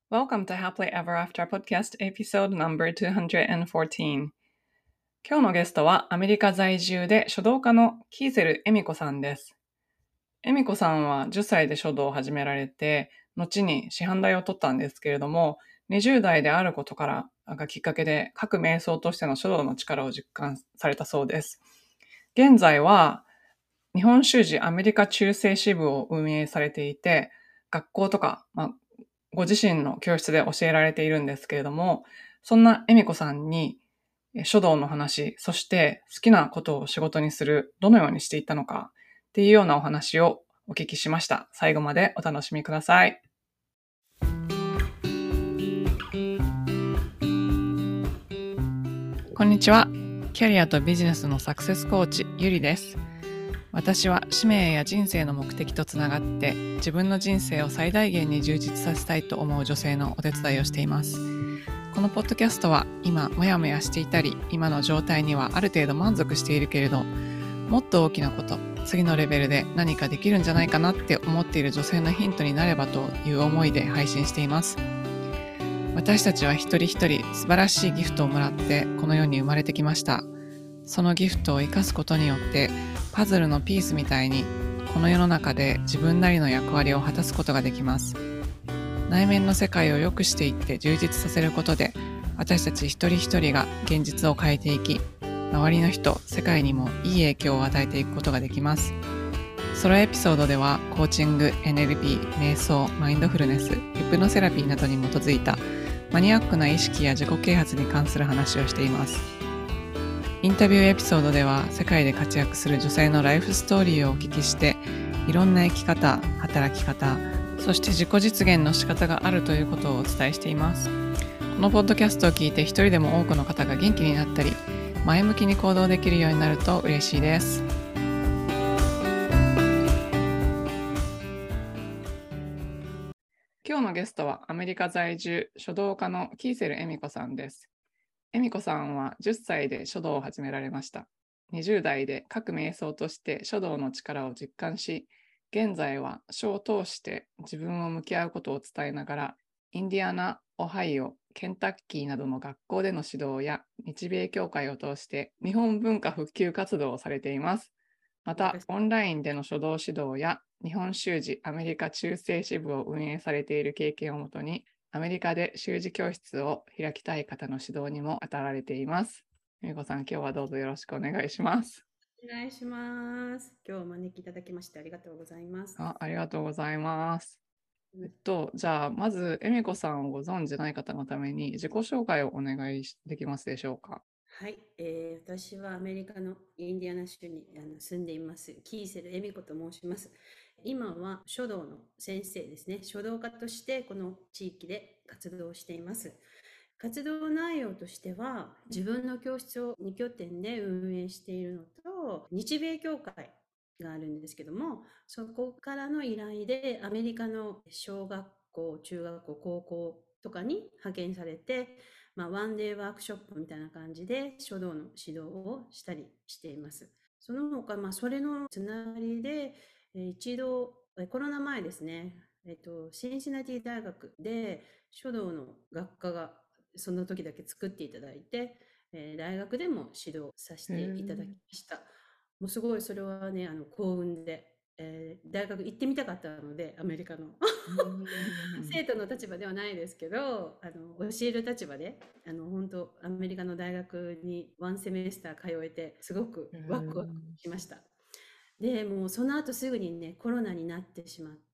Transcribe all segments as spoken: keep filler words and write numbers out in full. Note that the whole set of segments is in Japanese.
Welcome to Happily Ever After Podcast Episode Numberにひゃくじゅうよん。今日のゲストはアメリカ在住で書道家のキーセル恵美子さんです。恵美子さんはじゅっさいで書道を始められて、後に師範代を取ったんですけれども、にじゅう代であることからがきっかけで各瞑想としての書道の力を実感されたそうです。現在は日本修士アメリカ中世支部を運営されていて、学校とか、まあ、ご自身の教室で教えられているんですけれども、そんな恵美子さんに書道の話、そして好きなことを仕事にする、どのようにしていったのかっていうようなお話をお聞きしました。最後までお楽しみください。こんにちは。キャリアとビジネスのサクセスコーチ、ゆりです。私は使命や人生の目的とつながって自分の人生を最大限に充実させたいと思う女性のお手伝いをしています。このポッドキャストは今もやもやしていたり、今の状態にはある程度満足しているけれど、もっと大きなこと、次のレベルで何かできるんじゃないかなって思っている女性のヒントになればという思いで配信しています。私たちは一人一人素晴らしいギフトをもらってこの世に生まれてきました。そのギフトを生かすことによってパズルのピースみたいにこの世の中で自分なりの役割を果たすことができます。内面の世界を良くしていって充実させることで、私たち一人一人が現実を変えていき、周りの人、世界にもいい影響を与えていくことができます。ソロエピソードではコーチング、エヌエルピー、瞑想、マインドフルネス、ヒプノセラピーなどに基づいたマニアックな意識や自己啓発に関する話をしています。インタビューエピソードでは世界で活躍する女性のライフストーリーをお聞きして、いろんな生き方、働き方、そして自己実現の仕方があるということをお伝えしています。このポッドキャストを聞いて一人でも多くの方が元気になったり、前向きに行動できるようになると嬉しいです。今日のゲストはアメリカ在住書道家のキーセル恵美子さんです。恵美子さんはじゅっさいで書道を始められました。にじゅう代で各瞑想として書道の力を実感し、現在は書を通して自分を向き合うことを伝えながら、インディアナ、オハイオ、ケンタッキーなどの学校での指導や日米協会を通して日本文化普及活動をされています。また、オンラインでの書道指導や日本習字アメリカ中世支部を運営されている経験をもとに、アメリカで習字教室を開きたい方の指導にも当たられています。恵美子さん、今日はどうぞよろしくお願いします。 お願いします。今日お招きいただきましてありがとうございます。 あ、ありがとうございます。 うん、 えっと、じゃあ、まず、恵美子さんをご存じない方のために自己紹介をお願いできますでしょうか。 はい、えー私はアメリカのインディアナ州にあの住んでいます。キーセル恵美子と申します。今は書道の先生ですね。書道家としてこの地域で活動しています。活動内容としては、自分の教室をに拠点で運営しているのと、日米協会があるんですけども、そこからの依頼でアメリカの小学校、中学校、高校とかに派遣されて、まあ、ワンデーワークショップみたいな感じで書道の指導をしたりしています。その他、まあ、それのつながりで、一度、コロナ前ですね、えっと、シンシナティ大学で書道の学科がその時だけ作っていただいて、えー大学でも指導させへていただきー。 ました。もうすごいそれはね、あの幸運で、えー大学行ってみたかったので、アメリカのうん生徒の立場ではないですけど、あの教える立場で、あの本当アメリカの大学にワンセメスター通えて、すごくへワクワクー。 しました。で、もうその後すぐにね、コロナになってしまって、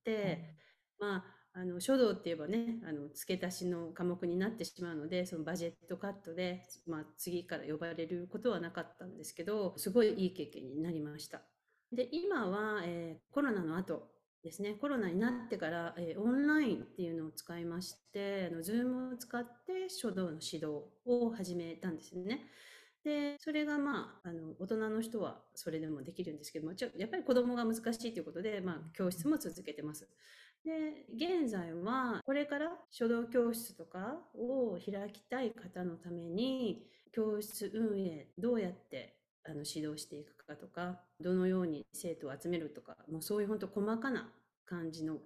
まあ、あの書道って言えばね、あの付け足しの科目になってしまうので、そのバジェットカットで、まあ、次から呼ばれることはなかったんですけど、すごいいい経験になりました。で、今は、えーコロナの後ですね、コロナになってから、えーオンラインっていうのを使いまして、あの Zoom を使って書道の指導を始めたんですね。で、それがまあ、あの、大人の人はそれでもできるんですけども、ちょやっぱり子供が難しいということで、まあ、教室も続けてます。で、現在は、これから書道教室とかを開きたい方のために、教室運営、どうやってあの指導していくかとか、どのように生徒を集めるとか、もうそういう本当細かな感じの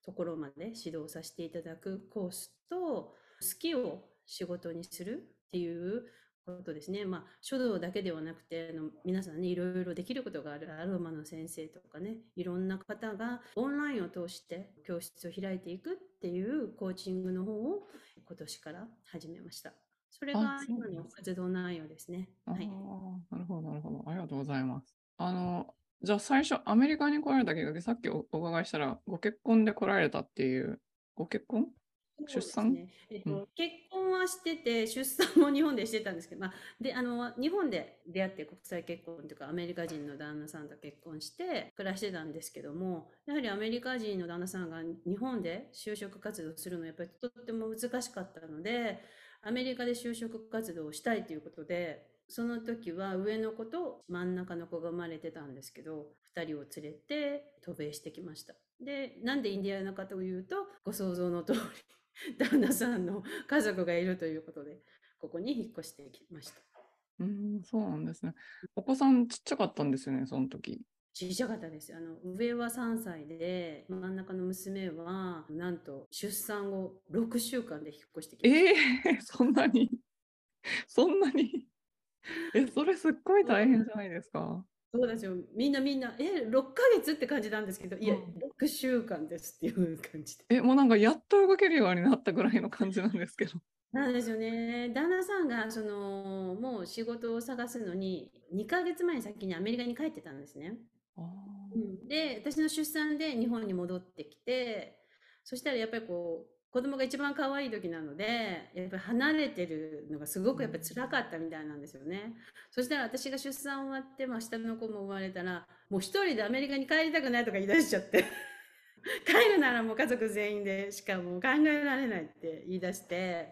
ところまで指導させていただくコースと、好きを仕事にするっていうことですね。まあ、書道だけではなくて、あの皆さんね、いろいろできることがあるアロマの先生とかね、いろんな方がオンラインを通して教室を開いていくっていうコーチングの方を今年から始めました。それあ、 が今そうなんです。 の活動内容ですね。 ああ、 はい。 なるほど、なるほど。ありがとうございます。あの、じゃあ最初、アメリカに来られたきっかけ、さっきおお伺いしたら、ご結婚で来られたっていう、ご結婚出産。 そうですね。えっうん。 と、結婚はしてて、出産も日本でしてたんですけど、まあ、で、あの、日本で出会って国際結婚というか、アメリカ人の旦那さんと結婚して暮らしてたんですけども、やはりアメリカ人の旦那さんが日本で就職活動するのはやっぱりとっても難しかったので、アメリカで就職活動をしたいということで、その時は上の子と真ん中の子が生まれてたんですけど、ふたりを連れて渡米してきました。で、なんでインディアナかというと、ご想像の通り、旦那さんの家族がいるということで、ここに引っ越してきました。 うん、そうなんですね。お子さんちっちゃかったんですよね、その時。 小さかったです。あの、上はさんさいで、真ん中の娘は、なんと出産後ろくしゅうかんで引っ越してきました。 ええー、そんなに、そんなに。え、それすっごい大変じゃないですか。 そうですよ。みんなみんな、え、ろっかげつって感じなんですけど、いや、 うん。 ろくしゅうかんですっていう感じで。 え、もうなんかやっと動けるようになったぐらいの感じなんですけど。 なんですよね。旦那さんが、その、もう仕事を探すのに、にかげつまえに先にアメリカに帰ってたんですね。 あうん、で、私の出産で日本に戻ってきて、そしたらやっぱりこう、子供が一番可愛い時なので、やっぱり離れてるのがすごー、うくやっぱり辛かん。 ったみたいなんですよね。そしたら私が出産終わって、まあ、下の子も生まれたら、もう一人でアメリカに帰りたくないとか言い出しちゃって、帰るならもう家族全員でしかもう考えられないって言い出して、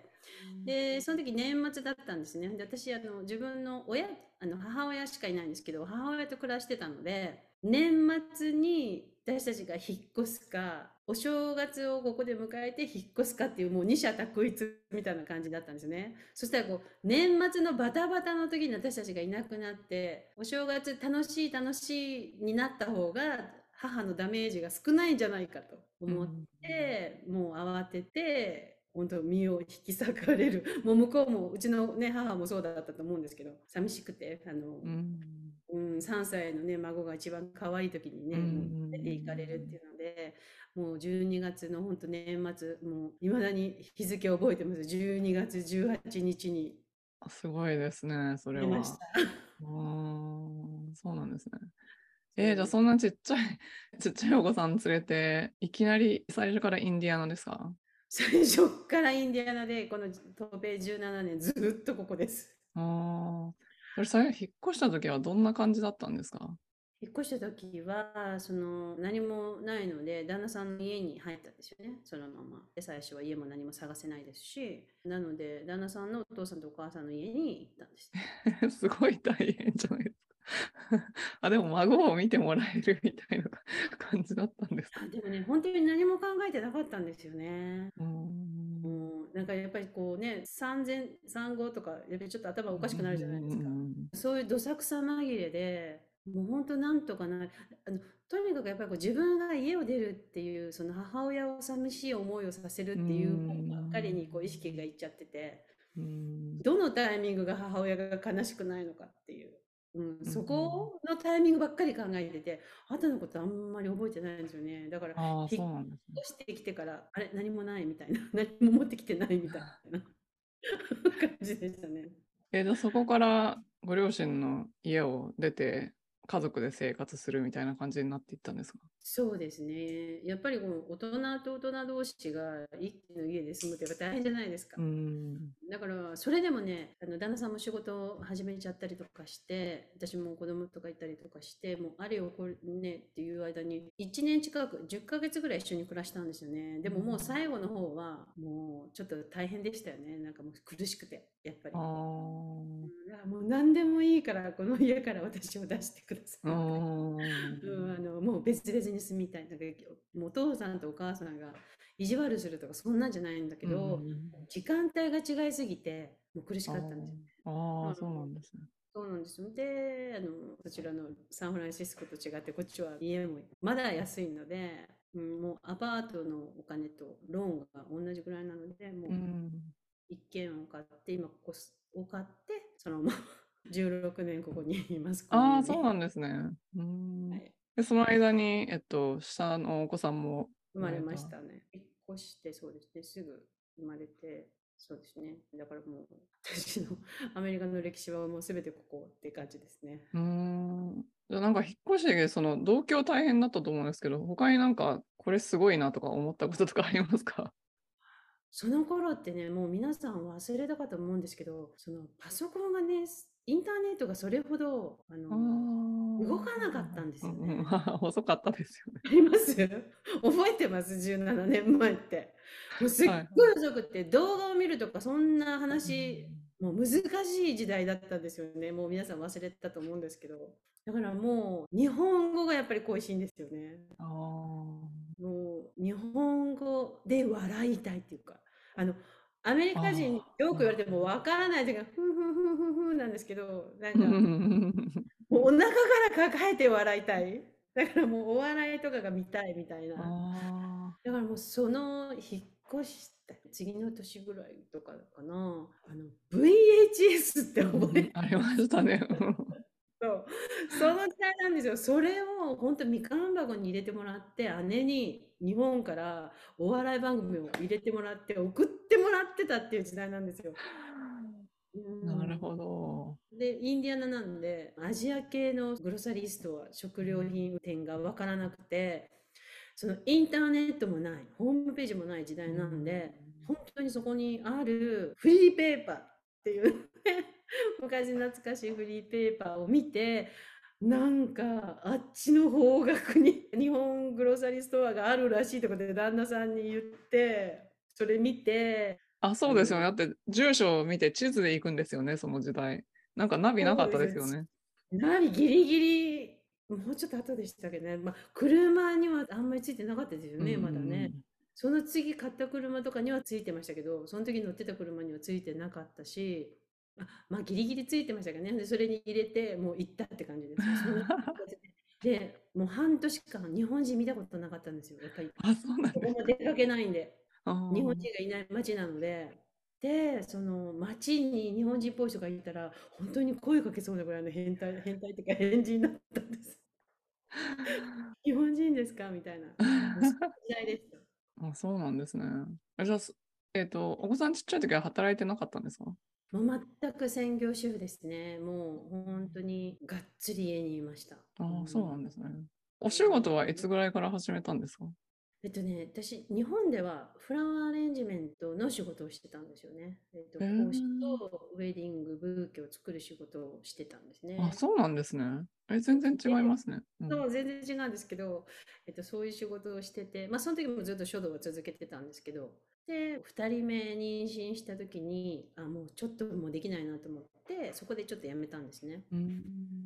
で、その時年末だったんですね。で、私、あの、自分の親、あの、母親しかいないんですけど、母親と暮らしてたので、年末に私たちが引っ越すか、お正月をここで迎えて引っ越すかっていう、もう二者択一みたいな感じだったんですよね。そしたらこう、年末のバタバタの時に私たちがいなくなって、お正月楽しい楽しいになった方が、母のダメージが少ないんじゃないかと思っうん。 て、もう慌てて、本当身を引き裂かれる。もう向こうも、うちのね、母もそうだったと思うんですけど、寂しくて、あの、 うん。 うん、さんさいのね、孫が一番可愛い時にうね、もう出て行かれるってん。 いうので、もうじゅうにがつの本当年末、もう未だに日付覚えてます。じゅうにがつじゅうはちにちにちあ、すごいですね、そにれは。 出ました。 あー、そうなんですね。えー、じゃあそうです。 そんなちっちゃい、ちっちゃいお子さん連れて、いきなり最初からインディアナですか？ 最初からインディアナで、この東米じゅうななねんずっとここです。 ああ、それ最初引っ越した時はどんな感じだったんですか？ 引っ越した時は、その何もないので、旦那さんの家に入ったんですよね、そのまま。で、最初は家も何も探せないですし、なので、旦那さんのお父さんとお母さんの家に行ったんです。 すごい大変じゃないですか。あ、でも孫を見てもらえるみたいな感じだったんですか？ あ、でもね、本当に何も考えてなかったんですよね。 うーん。 うん、なんかやっぱりこうね、産前、産後とか、やっぱりちょっと頭おかしくなるじゃないですか。 うそういうどさくさ紛れで、もう本当なんとかなる。あの、とにかくやっぱりこう自分が家を出るっていう、その母親を寂しい思いをさせるーっていう方ばっかりん。 にこう意識がいっちゃってて、 うーん。 どのタイミングが母親が悲しくないのかっていう、うん、 うそん。 このタイミングばっかり考えてて、後のことあんまり覚えてないんですよね。だから、 ああ、 引っそうなんですね。 越してきてから、あれ、何もないみたいな、何も持ってきてないみたいな感じでしたね。 えー、じゃあそこからご両親の家を出て家族で生活するみたいな感じになっていったんですか？ そうですね。やっぱりこの大人と大人同士が一気の家で住むってやっぱ大変じゃないですか。 うーん。 だから、それでもね、あの旦那さんも仕事を始めちゃったりとかして、私も子供とかいたりとかして、もうあれよこれねっていう間に、いちねん近く、じゅっかげつぐらい一緒に暮らしたんですよね。でももう最後の方は、もうちょっと大変でしたよね。なんかもう苦しくて、やっぱり。 あー。 うん、だからもう何でもいいから、この家から私を出してくださうーいみたいな。うん、 ん。 あの、もう別々に住みたい。なんか、もうお父さんとお母さんが意地悪するとかそんなんじゃないんだけうど、 ん。 時間帯が違いすぎて、もう苦しあかったんですよ。 ー。あー、 うん、 そうなんですね。 そうなんですよ。で、あの、こちらのサンフランシスコと違って、こっちは家もまだ安いので、 うん、もうアパートのお金とローンが同じぐらいなので、もううん。 一軒を買って、今ここを買って、そのままじゅうろくねんここにいます、このああ、 家に。 そうなんですね。うーん。 はい。 で、その間に、えっと、下のお子さんも生まれま生まれた。 したね。引っ越して、そうですね、すぐ生まれて、そうですね。だからもう、私のアメリカの歴史はもうすべてここって感じですね。 うーん。じゃあなんか引っ越しで、その同居大変だったと思うんですけど、他になんかこれすごいなとか思ったこととかありますか？ その頃ってね、もう皆さん忘れたかと思うんですけど、そのパソコンがね、インターネットがそれほど、あああ、 の、動かなかったんでうんうん、 すよね。 遅かったですよね。 あります覚えてます ?じゅうなな 年前って。もうすっはいはい。 ごい遅くて、動画を見るとか、そんなう話、 ん、 もう難しい時代だったんですよね。もう皆さん忘れてたと思うんですけど。だからもう、日本語がやっぱり恋しいんですよね。 ああ、 もう、日本語で笑いたいっていうか、あの、アメリカ人にあよく言われあ、 てもわからないというか、ふんふんふんふんふんなんですけど、なんうん。 か、 うん。 もうお腹から抱えて笑いたい。だからもうお笑いとかが見たいみたいあな。 あ、 だからもうその引っ越した次の年ぐらいとかかな、あの ブイエイチエス ってうんうんうん、 覚えてありましたね。 るその時代なんですよ。それを本当みかん箱に入れてもらって、姉に日本からお笑い番組を入れてもらって送ってもらってたっていう時代なんですよ。うなるん。 ほど。 で、インディアナなんで、アジア系のグロサリーストア、食料品店がわからなくて、そのインターネットもない、ホームページもない時う代なんで、 ん。 本当にそこにあるフリーペーパーっていう昔懐かしいフリーペーパーを見て、なんかあっちの方角に日本グロサリーストアがあるらしいとかで旦那さんに言って、それ見て、 あ、そうですよね。 あの、 だって住所を見て地図で行くんですよね、その時代。なんかナビなかったそうですね。 ですよね。 なにギリギリ、もうちょっと後でしたけどね。まあ、車にはあんまりついてなかったですようんうね、まだね。 んその次買った車とかにはついてましたけど、その時乗ってた車にはついてなかったし、あ、まあギリギリついてましたけどね。で、それに入れて、もう行ったって感じですよ。そんな感じで。で、もう半年間日本人見たことなかったんですよ。やっぱり、 あ、そうなんどこもですか。 出かけないんで。 あ日本ー、 人がいない街なので、で、その街に日本人っぽい人がいたら、本当に声かけそうなぐらいの変態、変態っていうか変人だったんです。日本人ですかみたいな。もうその時代でした。 あ、そうなんですね。あ、じゃあ、すえっと、お子さんちっちゃい時は働いてなかったんですか？ もう全く専業主婦ですね。もう本当にがっつり家にいました。うああ、そうん。 なんですね。お仕事はいつぐらいから始めたんですか？ えっとね、私、日本ではフラワーアレンジメントの仕事をしてたんですよね。えっと、 へ講師え。 とウェディング、ブーケを作る仕事をしてたんですあ、 ね。 そうなんですね。え、全然違いで、 ますね。うん。 そう、全然違うんですけど、えっと、そういう仕事をしてて、まあ、その時もずっと書道は続けてたんですけど、で、ふたりめ妊娠した時に、あ、もうちょっともうできないなと思って、そこでちょっとやめたんですね。 うん。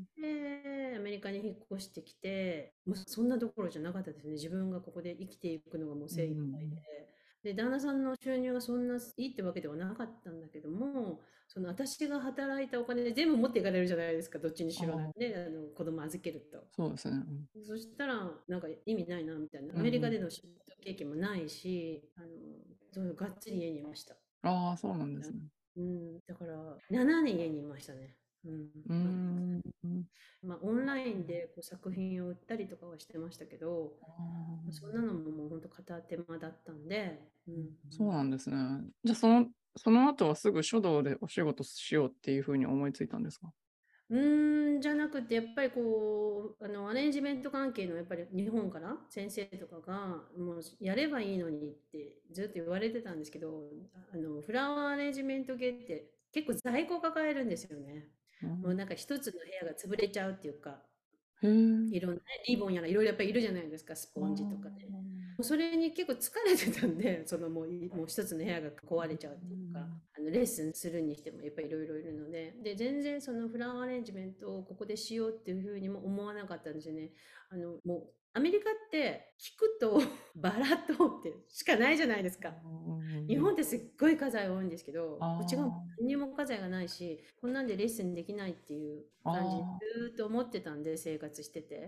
で、アメリカに引っ越してきて、もうそんなところじゃなかったですね。自分がここで生きていくのがもうう精一杯ん。 で。で、旦那さんの収入がそんないいってわけではなかったんだけども、その私が働いたお金で全部持っていかれるじゃないですか、どっちにしろね、 ああ、 あの子供預けると。 そうですね。 そしたら、なんか意味ないな、みたいな。 うん。 アメリうん。 カでの仕事経験もないし、あの、そうがっつり家にいました。 ああ、そうなんですね。 うん、だから、ななねん家にいましたね。うん。 うーまあ、 ん。 まあ、オンラインでこう作品を売ったりとかはしてましたけど、 ああ、 そんなのももう本当片手間だったんで、うん、 そうなんですね。じゃあ、その、その後はすぐ書道でお仕事しようっていうふうに思いついたんですか？ うーん、じゃなくて、やっぱりこう、あの、アレンジメント関係の、やっぱり日本から先生とかが、もうやればいいのにってずっと言われてたんですけど、あの、フラワーアレンジメント系って結構在庫抱えるんですよね。 うん、 もうなんか一つの部屋が潰れちゃうっていうか、 へえ。 いろんなね、リボンやらいろいろやっぱりいるじゃないですか、スあポンジとかね。 あ、 もうそれに結構疲れてたんで、そのもうい、もう一つの部屋が壊れちゃうっていうか、あのレッスンするにしてもやっぱりいろいろいるので、で、全然そのフラワーアレンジメントをここでしようっていうふうにも思わなかったんですよね。あの、もう、アメリカって聞くとバラとってしかないじゃないですか。日本ってすっごい家財多いんですけど、こっちがあ何にも家財がないし、こんなんでレッスンできないっていうあ、 感じでああ、 ずーっと思ってたんで、生活してて。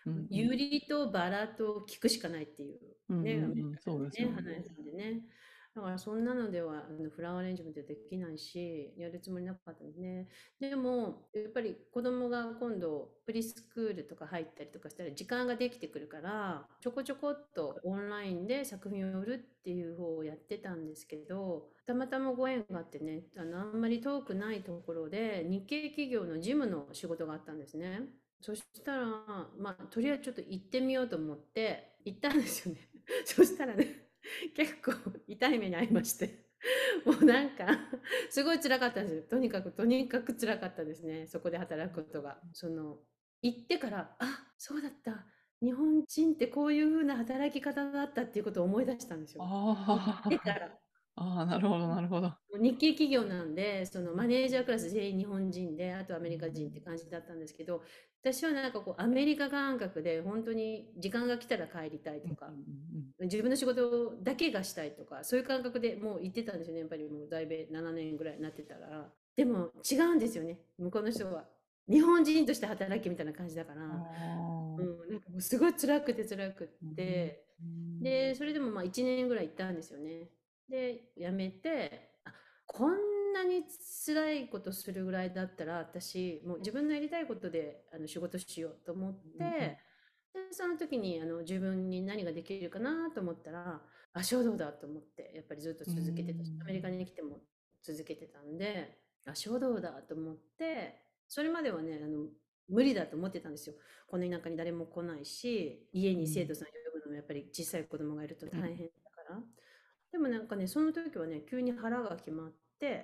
うん、うん。 ユリとバラと菊しかないっていう、 うん、うね、アメリん、うん。 カそうですよでね、 ね。 花屋さんでね。だからそんなのではあのフラワーアレンジメントできないし、やるつもりなかったんですね。でも、やっぱり子供が今度プリスクールとか入ったりとかしたら時間ができてくるから、ちょこちょこっとオンラインで作品を売るっていう方をやってたんですけど、たまたまご縁があってね、あの、あんまり遠くないところで日系企業の事務の仕事があったんですね。そしたら、まあ、とりあえずちょっと行ってみようと思って行ったんですよね。そしたらね、結構痛い目に遭いまして。もうなんか、すごい辛かったんですよ。とにかく、とにかく辛かったですね。そこで働くことが。その、行ってから、あ、そうだった。日本人ってこういう風な働き方だったっていうことを思い出したんですよ。行ってかあら。 あ、ああ、なるほど、なるほど。 日系企業なんで、そのマネージャークラス全員日本人で、あとアメリカ人って感じだったんですけど、私はなんかこうアメリカ感覚で本当に時間が来たら帰りたいうん、 とか、 うん、 自分の仕事だけがしたいとか、そういう感覚でもう言ってたんですよね。やっぱりもうだいぶななねんぐらいになってたら。でも違うんですよね、向こうの人は。日本人として働きみたいな感じだかうん。 ら、 ああ、 うん、なんかもうすごい辛くて辛くっうん、 て、 うん。 で、それでもまあいちねんぐらい行ったんですよね。で、辞めて、あ、こんなに辛いことするぐらいだったら、私、もう自分のやりたいことであの仕事しようと思っうん、うん。 て、で、その時にあの自分に何ができるかなと思ったら、あ、書道だと思って、やっぱりずっとう続けてたし、アメリカん。 に来ても続けてたんで、あ、書道だと思って、それまではね、あの、無理だと思ってたんですよ。この田舎に誰も来ないし、家うん。 に生徒さん呼ぶのもやっぱり小さい子供がいるとうん。 大変だから。でもなんかね、その時はね、急に腹が決まって、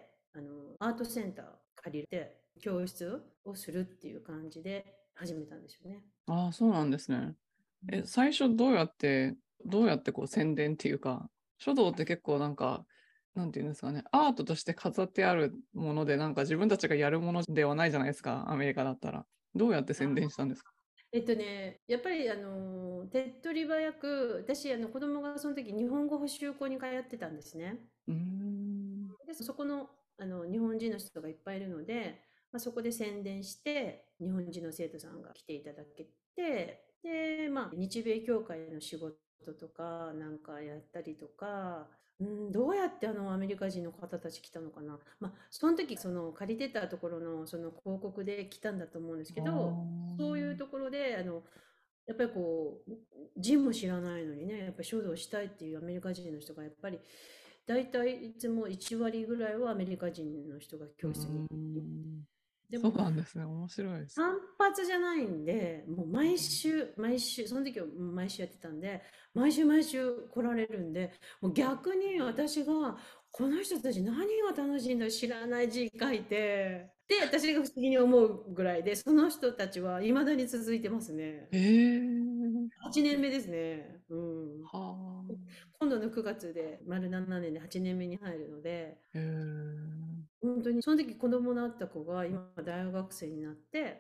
あの、アートセンター借りて、教室をするっていう感じで始めたんですよね。 ああ、そうなんですね。え、最初どうやって、どうやってこう宣伝っていうか、書道って結構なんか、なんていうんですかね、アートとして飾ってあるもので、なんか自分たちがやるものではないじゃないですか、アメリカだったら。どうやって宣伝したんですか？ えっとね、やっぱりあの、手っ取り早く、私、あの子供がその時日本語補習校に通ってたんですね。 うーん。 で、そこの、あの日本人の人がいっぱいいるので、まあ、そこで宣伝して、日本人の生徒さんが来ていただけて、で、まあ、日米協会の仕事とかなんかやったりとか、うん、どうやってあのアメリカ人の方たち来たのかな。まあ、その時その借りてたところのその広告で来たんだと思うんですあけど、そういうー。 ところであのやっぱりこう、人も知らないのにね、やっぱり書道したいっていうアメリカ人の人がやっぱり、大体いつもいち割ぐらいはアメリカ人の人がうー教室に。 ん。そうでも、 なんですね。面白いです。 単発じゃないんで、もう毎週、毎週、その時は毎週やってたんで、毎週毎週来られるんで、もう逆に私が、この人たち何が楽しいんだ知らない字書いて、で、私が不思議に思うぐらいで、その人たちは未だに続いてますね。 えー、 はちねんめですね。うん。 はあ。 今度のくがつで丸ななねんではちねんめに入るので、 えー、 本当にその時子供のあった子が今大学生になって、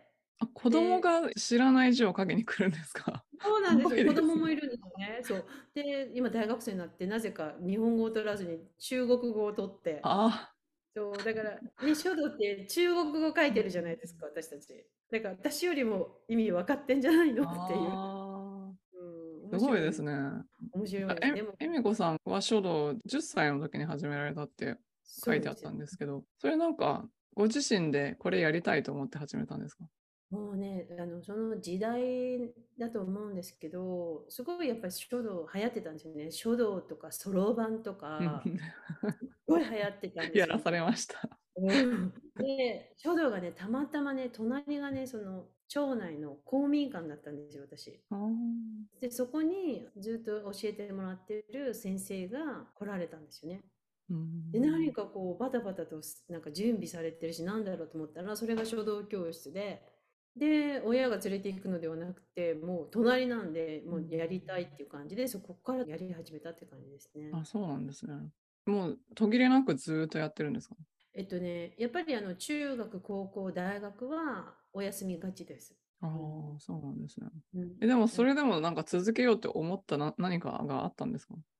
あ、子供で、 が知らない字を書きに来るんですか？すごそうなんですよ。子いですね。 供もいるんですよね。そう。で、今大学生になって、なぜか日本語を取らずに中国語を取って、 あそう、だから、ね、書道って中国語書いてるじゃないですか、私たち。だから私よりも意味分かってんじゃないのあ、 っていう。 ああ、 うん、 す面白い。 ごいですね。 面白いです。 え、 でも、 えみこさんは書道じゅっさいの時に始められたって書いてあったそうですよ。 んですけど、それなんかご自身でこれやりたいと思って始めたんですか？ もうね、あの、その時代だと思うんですけど、すごいやっぱり書道流行ってたんですよね。書道とかそろばんとうん。 か、すっごい流行ってたんですよね。 やらされました。 うん。で、書道がね、たまたまね、隣がね、その町内の公民館だったんですよ、私。 あー。 で、そこにずっと教えてもらってる先生が来られたんですよね。 うで、 ん。 何かこう、バタバタとなんか準備されてるし、なんだろうと思ったら、それが書道教室で、で、親が連れて行くのではなくて、もう隣なんで、もうやりたいっていう感じで、そこからやり始めたって感じですね。 あ、そうなんですね。もう途切れなくずーっとやってるんですか？ えっとね、やっぱりあの中学、高校、大学はお休みがちです。 あうん。 あ、そうなんですね。 うん。 え、でもうん、 それでもなんか続けようって思ったな、何かがあったんですか？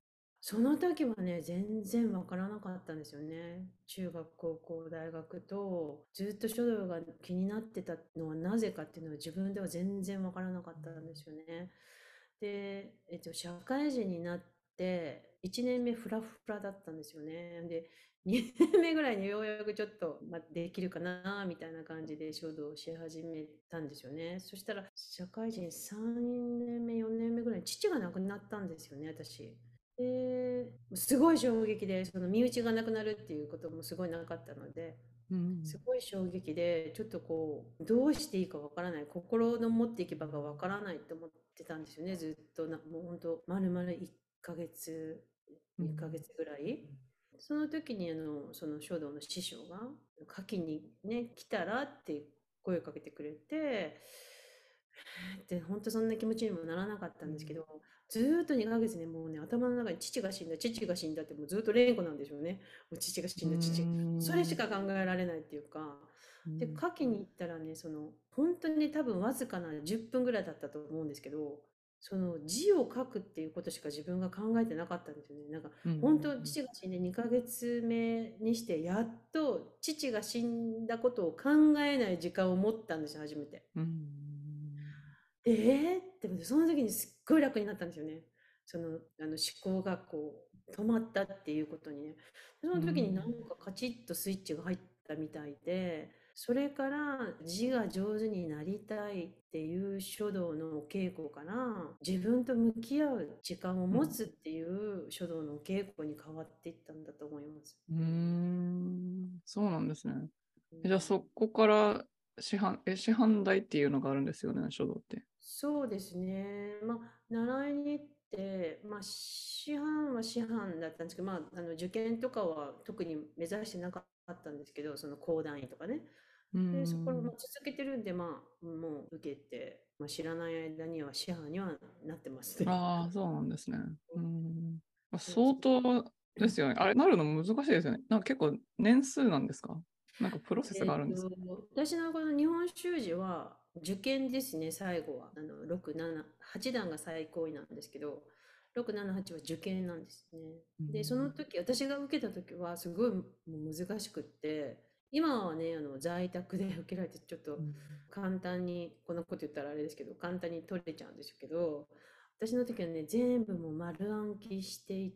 その時はね、全然わからなかったんですよね。中学、高校、大学と、ずっと書道が気になってたのはなぜかっていうのは自分では全然わからなかったんですよね。で、えっと、社会人になって、いちねんめフラフラだったんですよね。で、にねんめぐらいにようやくちょっと、まあ、できるかな、みたいな感じで書道をし始めたんですよね。そしたら、社会人さんねんめ、よねんめぐらいに父が亡くなったんですよね、私。で、すごい衝撃で、その身内がなくなるっていうこともすごいなかったので、 うん。 すごい衝撃で、ちょっとこう、どうしていいかわからない、心の持っていけばがわからないって思ってたんですよね、ずっとな、もう本当、まるまるいっかげつ、2 うん。 ヶ月ぐらい。その時にあの、その書道の師匠が、夏季にね、来たらって声をかけてくれて、で、本当そんな気持ちにもならなかったんですけど、ずーっとにかげつね、もうね、頭の中に父が死んだ、父が死んだってもうずっと連呼なんでしょうね。もう父が死うんだ、父が。それしん。 か考えられないっていうか、で、 うん。 夏季に行ったらね、その、本当に多分わずかなじゅっぷんぐらいだったと思うんですけど、その字を書くっていうことしか自分が考えてなかったんですよね。なんか、 うん。 本当父が死んでにかげつめにして、やっと父が死んだことを考えない時間を持ったんですよ、初めて。 うん。 で、えーって思って、その時にすっごい楽になったんですよね。その、あの思考がこう、止まったっていうことにね。その時になんかカチッとスイッチが入ったみたいで、それから字が上手になりたいっていう書道のお稽古から、自分と向き合う時間を持つっていう書道のお稽古に変わっていったんだと思います。 うん。そうなんですね。 うじゃあそん、 こから師範、え、師範代っていうのがあるんですよね、書道って。 そうですね。まあ、習いに行って、まあ、師範は師範だったんですけど、まあ、あの受験とかは特に目指してなかったんですけど、その講談員とかね。 うで、そこからまん。 あ続けてるんで、まあ、もう受けて、まあ、知らない間には師範にはなってますね。 ああ、そうなんですね。うん。 そうそ相当う。 ですよね。あれ、なるの難しいですよね。なんか結構年数なんですか？なんかプロセスえっがあるんですか？ と、私のこの日本習字は受験ですね、最後は。あの、ろく、なな、はち段が最高位なんですけど、ろく、なな、はちは受験なんですね。 うで、そのん。 時、私が受けた時はすごいもう難しくって、今はね、あの、在宅で受けられて、ちょっとうん。 簡単に、このこと言ったらあれですけど、簡単に取れちゃうんですけど、私の時はね、全部もう丸暗記していって、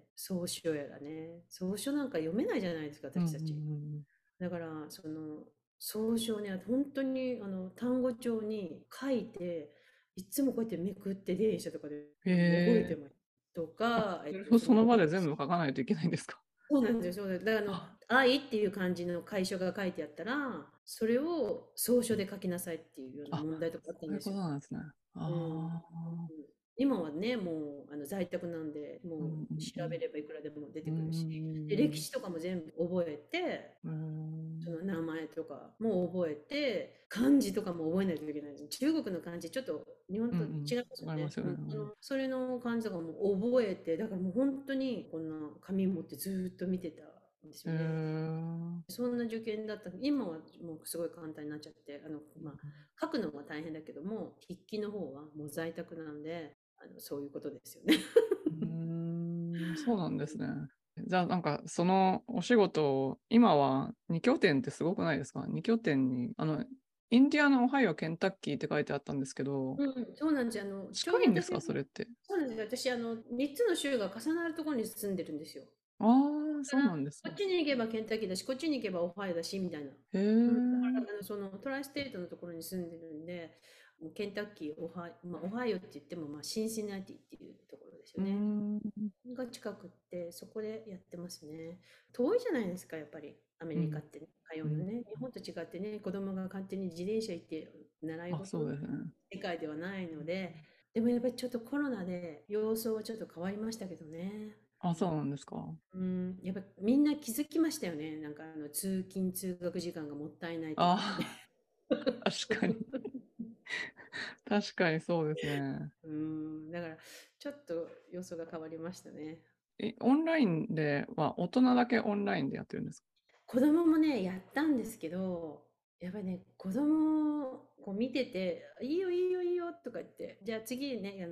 草書やらね、草書なんか読めないじゃないですか、 うん。う私たち。 ん。 だから、その、草書ね、本当に、あの、単語帳に書いて、いつもこうやってめくって電車とかで、 へあの、覚えてえ。 ます。とあ、 か、えっと、 それをそのその、 場で全部書かないといけないんですか？ そうなんですよ。そうなんです。だから、あの、 あ、 愛っていう漢字の楷書が書いてあったら、それを草書で書きなさいっていうようなあ、 問題とかあったそういうこんですよ。 となんですね。 うん。 ああ。 今はね、もうあの在宅なんで、もうんうう調べんればいくらでも出うん。 てくるし、で、歴う史とかも全部覚えて、 ーん。うーん。 その名前とかも覚えて、漢字とかも覚えないといけないんです。中国の漢字ちょっと日本と違いうんうん。 ますよね。 わかりますよね。 うん、あのそれの漢字とかも覚えて、だからもう本当にこんな紙持ってずーっと見てたんですへよね。 え。 そんな受験だった。今はもうすごい簡単になっちゃって、あの、まあ、書くのは大変だけども、筆記の方はもう在宅なんで、あの、そういうことですよね。 うーん、そうなんですね。じゃあ、なんか、そのお仕事を、今はに拠点ってすごくないですか？ に 拠点に、あの、インディアナ、オハイオ、ケンタッキーって書いてあったんですけど、 うん、そうなんですよ。あの、ちょうど私、 近いんですか、それって？ そうなんですよ。私、あの、みっつの州が重なるところに住んでるんですよ。 ああ、そうなんですね。 こっちに行けばケンタッキーだし、こっちに行けばオハイオだし、みたいな。 へうん、だかえ。 らあのそのトライステートのところに住んでるんで、もうケンタッキー、オハイ、まあ、オハイオって言っても、まあ、シンシナティっていうところですうーよね。 ん。 が近くって、そこでやってますね。遠いじゃないですか、やっぱり、アメうん。 リカってね、通うん。 うのね。日本と違ってね、子供が勝手に自転車行って習いあ、 事、 そうですね。 世界ではないので、でもやっぱりちょっとコロナで様相はちょっと変わりましたけどね。 あ、そうなんですか。 うん、やっぱみんな気づきましたよね。なんかあの通勤通学時間がもったいないってことね。 ああ、確かに。確かにそうですね。 うん、だからちょっと様相が変わりましたね。 え、オンラインでは、大人だけオンラインでやってるんですか？ 子供もね、やったんですけど、やっぱりね、子供をこう見てて、いいよいいよいいよとか言って、じゃあ次ね、あの、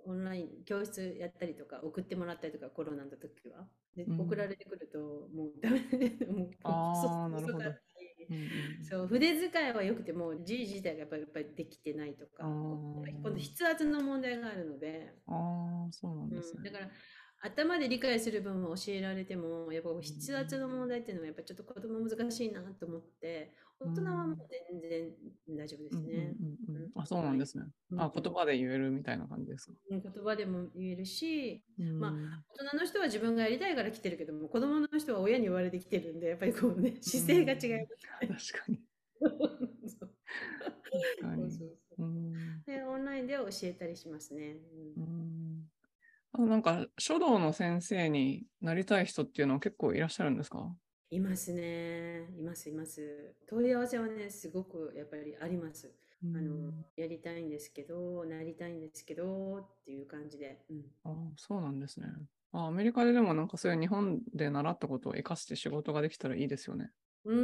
オンライン教室やったりとか送ってもらったりとか、コロナの時は。で、送らうん。 れてくると、もうダメで、もう細ああ、なるほど。 細かったり、 うんうんそう、筆使いは良くても字自体がやっぱり、やっぱりできてないとか、こうやっぱり今度筆圧の問題があるので、 ああ、ああ、そうなんうん、 ですね。 だから頭で理解する分は教えられても、やっぱう筆圧の問題っていうのはやっぱちょっと子供難しいなと思って、大人はもうん。 全然大丈夫でうんうんうんすね。 うんうん。あ、 うん、 そうなんですね。あ、言葉で言えるみたいな感じですか。 言葉でも言えるし、 うまあ、 ん。 大人の人は自分がやりたいから来てるけども、子供の人は親に言われてきてるんで、やっぱりこうね、 う姿勢が違いん。 ます確ね。 かに。 そう確かに。 そうそうそう。 うん。 で、オンラインで教えたりしますね。 うん。あ、なんか、書道の先生になりたい人っていうのは結構いらっしゃるんですか？ いますね。います、います。問い合わせはね、すごくやっぱりあります。 うあの、 ん。 やりたいんですけど、なりたいんですけど、っていう感じで。うん。 あ、そうなんですね。あ、アメリカででもなんかそういう日本で習ったことを活かして仕事ができたらいいですよね。 うん、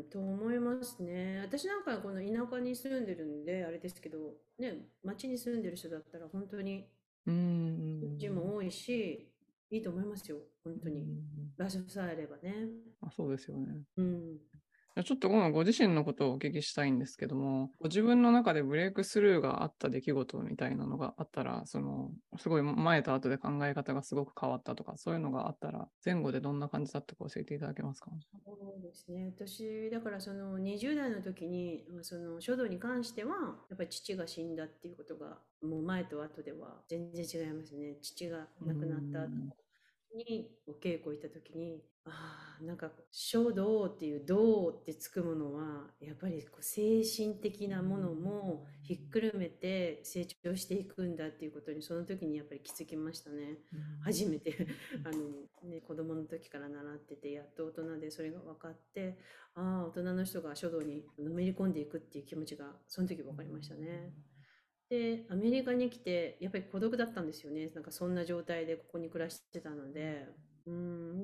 と思いますね。私なんかこの田舎に住んでるんで、あれですけど、ね、町に住んでる人だったら本当に、 ううちん。 も多いし、いいと思いますよ。本う当に。 ん。 場所さえあればね。 あ、そうですよね。 うん。 じゃあちょっと今度ご自身のことをお聞きしたいんですけども、ご自分の中でブレイクスルーがあった出来事みたいなのがあったら、その、すごい前と後で考え方がすごく変わったとか、そういうのがあったら、前後でどんな感じだったか教えていただけますか？ そうですね。私、だからそのにじゅう代の時に、まあその書道に関しては、やっぱり父が死んだっていうことが、もう前と後では全然違いますね。父がうー亡くなった後ん。 にお稽古行った時に、ああ、なんか書道っていう道ってつくものは、やっぱりこう精神的なものもひっくるめて成長していくんだっていうことに、その時にやっぱり気づきましたね。 うん。 初めてあの、ね、子供の時から習ってて、やっと大人でそれが分かって、ああ、大人の人が書道にのめり込んでいくっていう気持ちが、その時分かりましたね。で、アメリカに来て、やっぱり孤独だったんですよね。なんかそんな状態でここに暮らしてたので。うん、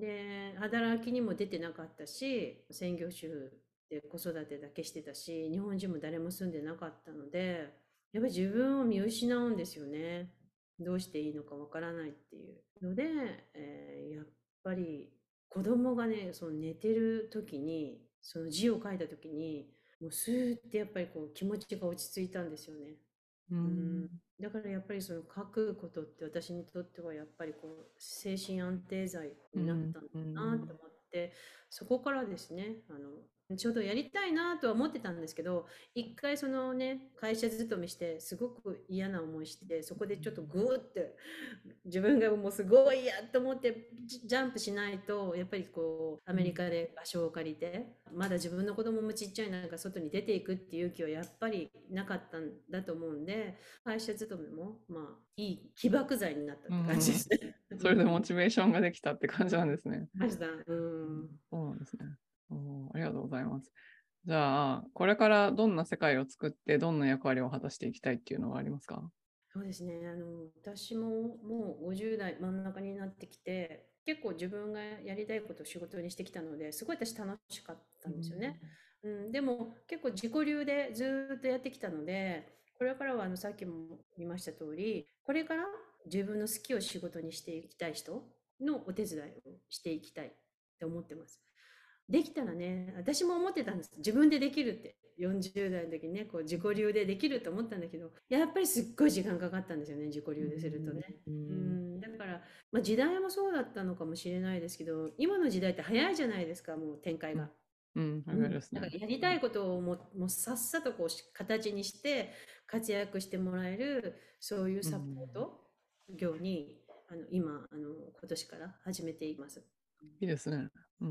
で、働きにも出てなかったし、専業主婦で子育てだけしてたし、日本人も誰も住んでなかったので、やっぱり自分を見失うんですよね。どうしていいのかわからないっていうので、えーやっぱり子供がね、その寝てる時に、その字を書いた時に、もうスーってやっぱりこう気持ちが落ち着いたんですよね。 ううん、 ん。 だからやっぱりその書くことって私にとってはやっぱりこう精神安定剤うん。 になったんだうなとん。 思って、そこからですね、あのちょうどやりたいなとは思ってたんですけど、一回そのね会社勤めしてすごく嫌な思いして、そこでちょっとグーって自分がもうすごいやと思ってジジャンプしないと、やっぱりこうアメリカで場所を借りて、まだ自分の子供もちっちゃい中外に出ていくっていう勇気はやっぱりなかったんだと思うんで、会社勤めもまあいい起爆剤になったって感じでうん。 すね。 それでモチベーションができたって感じなんですね。 ました。ううん、 ん。 そうなんですね。おー、ありがとうございます。じゃあ、これからどんな世界を作って、どんな役割を果たしていきたいっていうのはありますか？ そうですね。あの、私ももうごじゅう代真ん中になってきて、結構自分がやりたいことを仕事にしてきたので、すごい私楽しかったうん。 んですよね。うん、でも結構自己流でずーっとやってきたので、これからはあのさっきも言いました通り、これから自分の好きを仕事にしていきたい人のお手伝いをしていきたいって思ってます。できたらね、私も思ってたんです。自分でできるって。よんじゅう代の時ね、こう自己流でできると思ったんだけど、やっぱりすっごい時間かかったんですよね、自己う流でするとね。うん。 ん、だから、まあ、時代もそうだったのかもしれないですけど、今の時代って早いじゃないですか、もう展開が。 うん。うん。 うん、 早いですね。 だからやりたいことをもう、もうさっさとこうし形にして活躍してもらえる、そういううサポーん。 ト業に、あの今あの、今年から始めています。 いいですね。うん。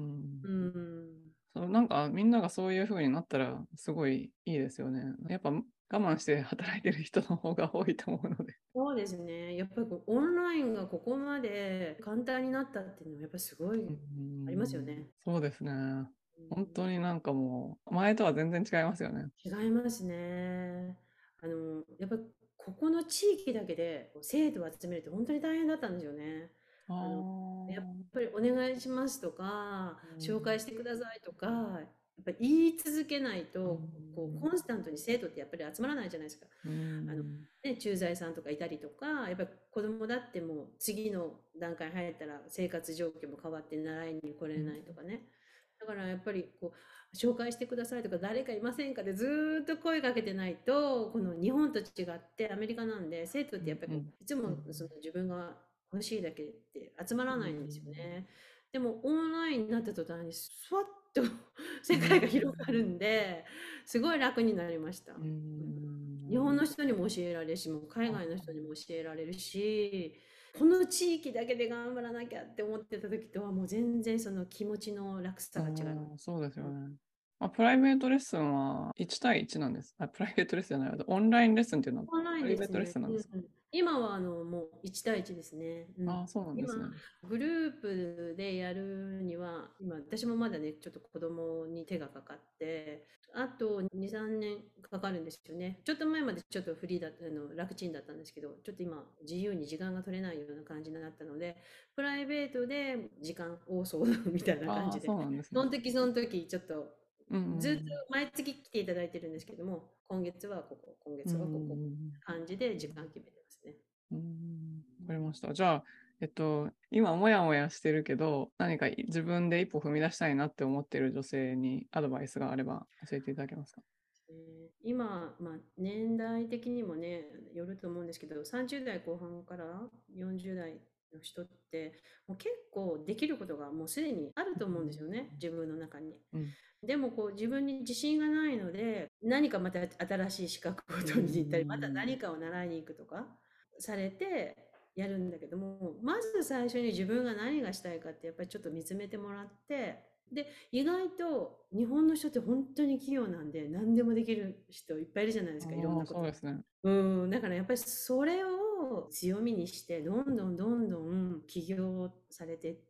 うん。 そう、なんかみんながそういう風になったらすごいいいですよね。やっぱ我慢して働いてる人の方が多いと思うので。 そうですね。やっぱりこうオンラインがここまで簡単になったっていうのはやっぱりすごいうありますよん。 ね。 そうですね。 う本当にん、 なんかもう前とは全然違いますよね。 違いますね。あの、やっぱりここの地域だけで生徒を集めるって本当に大変だったんですよね。 ああの、やっあ。 ぱりお願いしますとか、 うん。 紹介してくださいとか、 っぱり言い続けないうと、こう、 ん。 コンスタントに生徒ってやっぱり集まらないじゃないですか。 うあの、 ん。 ね、駐在さんとかいたりとか、やっぱり子供だってもう次の段階入ったら生活状況も変わって習いに来れうん。 ないとかね。だからやっぱりこう、紹介してくださいとか誰かいませんかでずーっと声かけてないと、この日本と違ってアメリカなんで、生徒ってやっぱりこう、 うん。 いつもうん。 その自分が欲しいだけって集まうらないんですよん。 ね。でもオンラインになった途端に、スワッとう世界が広がるん。 んで、すごい楽になりました。 うん。な日本るほど。 の人にも教えられるし、もう海あ、 外の人にも教えられるし、この地域だけで頑張らなきゃって思ってた時とはもう全然その気持ちの楽さが違います。 うん、そうですよね。あ、プライベートレッスンはいち対いちなんです。あ、プライベートレッスンじゃないわ。オンラインレッスンっていうのはオンライプライベートレッンですね。 スンなんですか？ うんうん、今はあのもういち対いちですね。うん、 ああ、そうなんで今、 すね。 グループでやるには、今、私もまだね、ちょっと子供に手がかかって、あとに、さんねんかかるんですよね。ちょっと前までちょっとフリーだった、あの楽ちんだったんですけど、ちょっと今、自由に時間が取れないような感じになったので、プライベートで時間を相談みたいな感ああ、 じで、 そうなんですね。 その時その時、ちょっとうんずっとうん毎月来ていただいてるんですけども、今月はここ、今うん。う月はここ、 ん。 感じで時間決めてますね。 うん。わかりました。じゃあ、えっと、今、もやもやしてるけど、何か自分で一歩踏み出したいなって思ってる女性にアドバイスがあれば教えていただけますか？ えー今、まあ、年代的にもね、よると思うんですけど、さんじゅう代後半からよんじゅう代の人って、もう結構できることがもうすでにあると思うんですよね、自分の中に。 うん。 でもこう自分に自信がないので、何かまた新しい資格をう取りに行ったり、またん。 何かを習いに行くとかされてやるんだけども、まず最初に自分が何がしたいかってやっぱりちょっと見つめてもらって、で、意外と日本の人って本当に器用なんで何でもできる人いっぱいいるじゃないですか、いろんああ、 なこと。 そうですね。 うん、だからやっぱりそれを強みにして、どんどんどんどん起業されていって、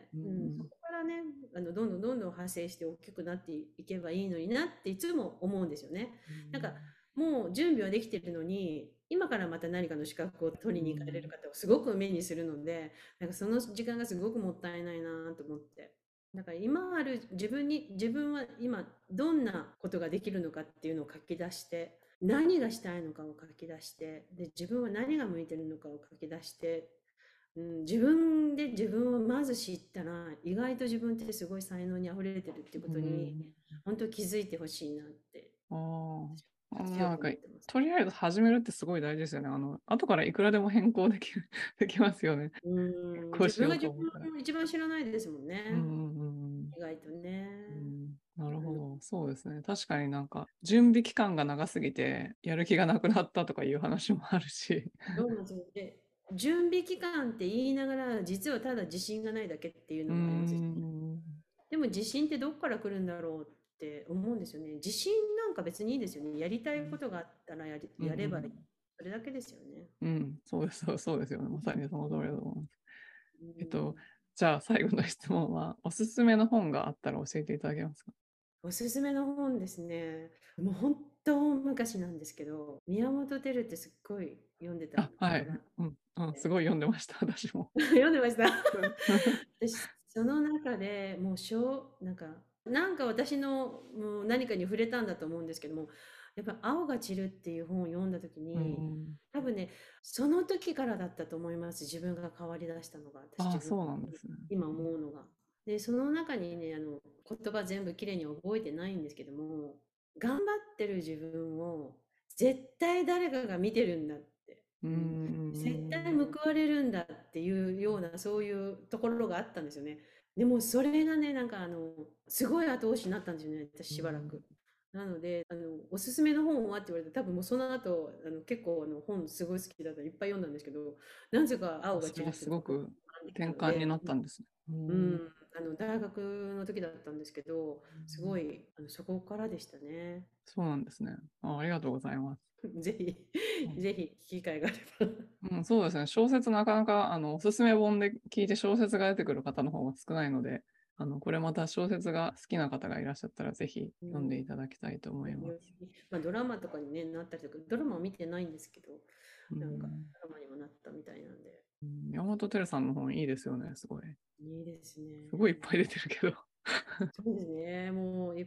ううん、そん。 こからね、あの、どんどんどんどん派生して大きくなっていけばいいのになっていつも思うんですよね。 うなんか、 ん。 もう準備はできてるのに、今からまた何かの資格をう取りに行かれるん。 方をすごく目にするので、なんかその時間がすごくもったいないなと思って。だから今ある自分に、自分は今どんなことができるのかっていうのを書き出して、何がしたいのかを書き出して、で、自分は何が向いてるのかを書き出して、うん、自分で自分をまず知ったら、意外と自分ってすごい才能に溢れてるっていうこうとに、 ん。 本当気づいてほしいなって、 ああ。あの強なんか、 く思ってます。 とりあえず始めるってすごい大事ですよね。あの、後からいくらでも変更できる、できますよね。 うん、 こうしよう自分が自と思ったら。 分を一番知らないですもんうんね。 うん意外とね。 うんうん。なるあの、 ほど。そうですね。確かになんか、準備期間が長すぎて、やる気がなくなったとかいう話もあるし。 どうなんですよで、準備期間って言いながら、実はただ自信がないだけっていううーのもありますし、 ん。 でも自信ってどっから来るんだろうって思うんですよね。自信なんか別にいいですよね。やりたいことがあったらやり、 うんうやればいい。 ん。 それだけですよね。 うん、そうです、そうそうですよね。まさにその通りだと思います。 うえっと、 ん、 じゃあ最後の質問は、おすすめの本があったら教えていただけますか？ おすすめの本ですね。もう本当昔なんですけど、宮本照ってすっごい読んでたあ、はい。 ことがあっうん、うん、すて、 ごい読んでました、私も。 読んでました。 うん私、その中でもう小、なんか、なんか私のもう何かに触れたんだと思うんですけども、やっぱ青が散るっていう本を読んだ時うに、 ん。 多分ね、その時からだったと思います。自分が変わりだしたのが、私ああ、 自分、 そうなんですね。 今思うのが。で、その中にね、あの、言葉全部きれいに覚えてないんですけども、頑張ってる自分を絶対誰かが見てるんだって。 うん、ううん、絶対ん、 報われるんだっていうようなそういうところがあったんですよね。でもそれがね、なんかあの、すごい後押しになったんですよね、私うん。 しばらく。なので、あの、おすすめの本はって言われて、多分もうその後、あの、結構あの本すごい好きだったらいっぱい読んだんですけど、なぜか青がそれは散るっていうのがポッとすごく浮かんできた転換になので、 ったんですね。うん。 うん、あの、大学の時だったんですけど、すごい、あの、そこからでしたね。 そうなんですね。あ、ありがとうございます。 ぜひ、 うん、 ぜひ、機会があれば。 うん、そうですね。小説なかなか、あの、おすすめ本で聞いて小説が出てくる方の方が少ないので、あの、これまた小説が好きな方がいらっしゃったら、ぜひうん、 読んでいただきたいと思います。 より、まあ、ドラマとかに、ね、なったりとか、ドラマは見てないんですけど、 うなんかん、 ドラマにもなったみたいなんで、 うん、山本照さんの本いいですよね、すごい。 いいですすごいいっね。 ぱい出てるけど。 そうですね。もうい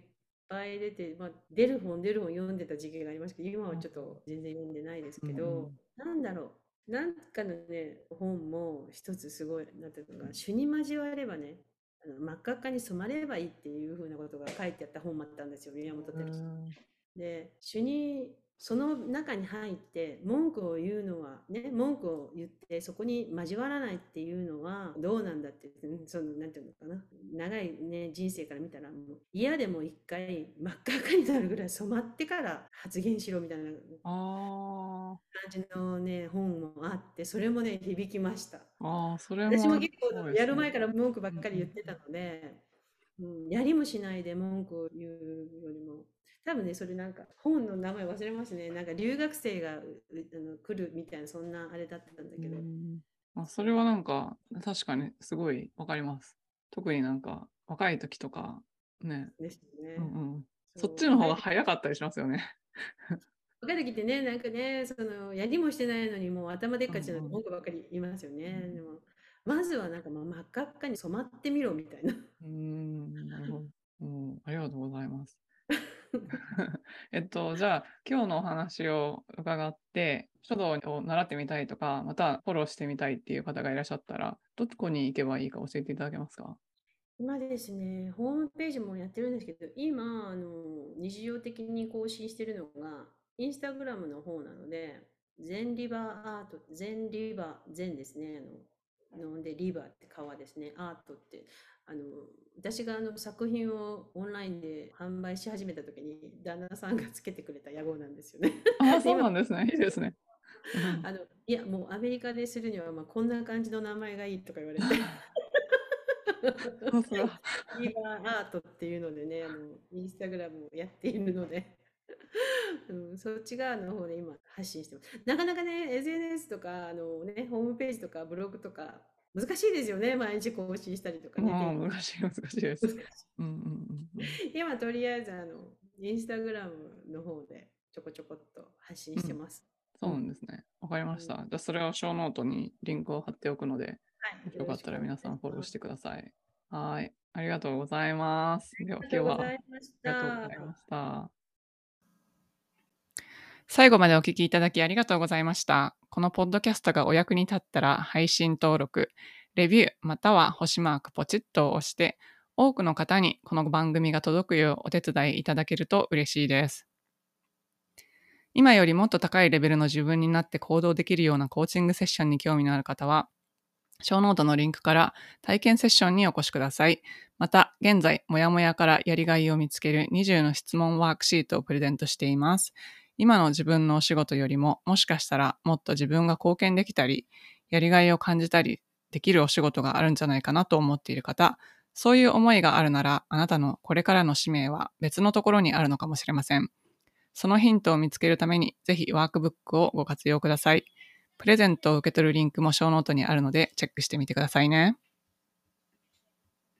ぱい出て、まあ、出る本出る本読んでた時期がありましたけど、今はちょっと全然読んでないですうんうけど、 んなんだろう、なんかのね、本も一つすごい、なんていうのか、主に交わればね、あの真っ赤っかに染まればいいっていうふうなことが書いてあった本もあったんですよ、宮本う照さん。 んで、主にその中に入って文句を言うのはね、文句を言ってそこに交わらないっていうのはどうなんだって、うんそのなんていうのかな、長いね人生から見たらもう嫌でも一回真っ赤っかになるぐらい染まってから発言しろみたいなあ感じのね本もあって、それもね響きました。 ーあー、それもす私も結構ごいですね。 やる前から文句ばっかりうん言ってたので、うん、やりもしないで文句を言うよりも、多分ね、それなんか本の名前忘れますね。なんか留学生がううあの来るみたいな、そんなあれだったんだうけど。 ん。あ、それはなんか確かにすごいわかります。特になんか若い時とかね、 ですよね。 うんうん。 そそっちう、 の方が若い時、 早かったりしますよね。 若い時ってね、なんかね、その、やりもしてないのにもう頭でっうかちなんうん。 文句ばっかり言いますよね。でも、まずはなんかもう真っ赤っかに染まってみろみたいな。 うーん、なるほど。うん、ありがとうございます。えっと、じゃあ、今日のお話を伺って、書道を習ってみたいとか、またフォローしてみたいっていう方がいらっしゃったら、どこに行けばいいか教えていただけますか？ 今ですね、ホームページもやってるんですけど、今、あの、日常的に更新してるのが、インスタグラムの方なので、全リバーアート、全リバー、全ですね、あの、ので、リバーって川ですね、アートって、あの、私があの作品をオンラインで販売し始めた時に、旦那さんがつけてくれた屋号なんですよね。 ああ、 で、 そう今、 なんですね。いいですね。うん。 あの、いや、もうアメリカでするには、まあ、こんな感じの名前がいいとか言われて、 さすが。 リバーアートっていうのでね、あの、インスタグラムをやっているので、うん、そっち側の方で今発信してます。なかなかね、エスエヌエス とか、あのね、ホームページとかブログとか、難しいですよね、毎日更新したりとかね、定期もう難しい、難しいです。 難しうんうんうんうん。 い。今、とりあえず、あの、インスタグラムの方でちょこちょこっと発信うん、 してます。 そうなうん。 んですね。わかりまうん、 した。じゃあ、それをショーノートにリンクを貼っておくので、 はい、 よかっよろしくお願いたら皆さんします。 フォローしてください。はい。ありがとうございます。では、 ありがとうご今日はあざいましりがとうございた。 ました。 最後までお聞きいただきありがとうございました。このポッドキャストがお役に立ったら配信登録、レビューまたは星マークポチッと押して、多くの方にこの番組が届くようお手伝いいただけると嬉しいです。今よりもっと高いレベルの自分になって行動できるようなコーチングセッションに興味のある方は、ショーノートのリンクから体験セッションにお越しください。また、現在、もやもやからやりがいを見つけるにじゅうの質問ワークシートをプレゼントしています。今の自分のお仕事よりも、もしかしたらもっと自分が貢献できたり、やりがいを感じたりできるお仕事があるんじゃないかなと思っている方、そういう思いがあるなら、あなたのこれからの使命は別のところにあるのかもしれません。そのヒントを見つけるために、ぜひワークブックをご活用ください。プレゼントを受け取るリンクもショーノートにあるのでチェックしてみてくださいね。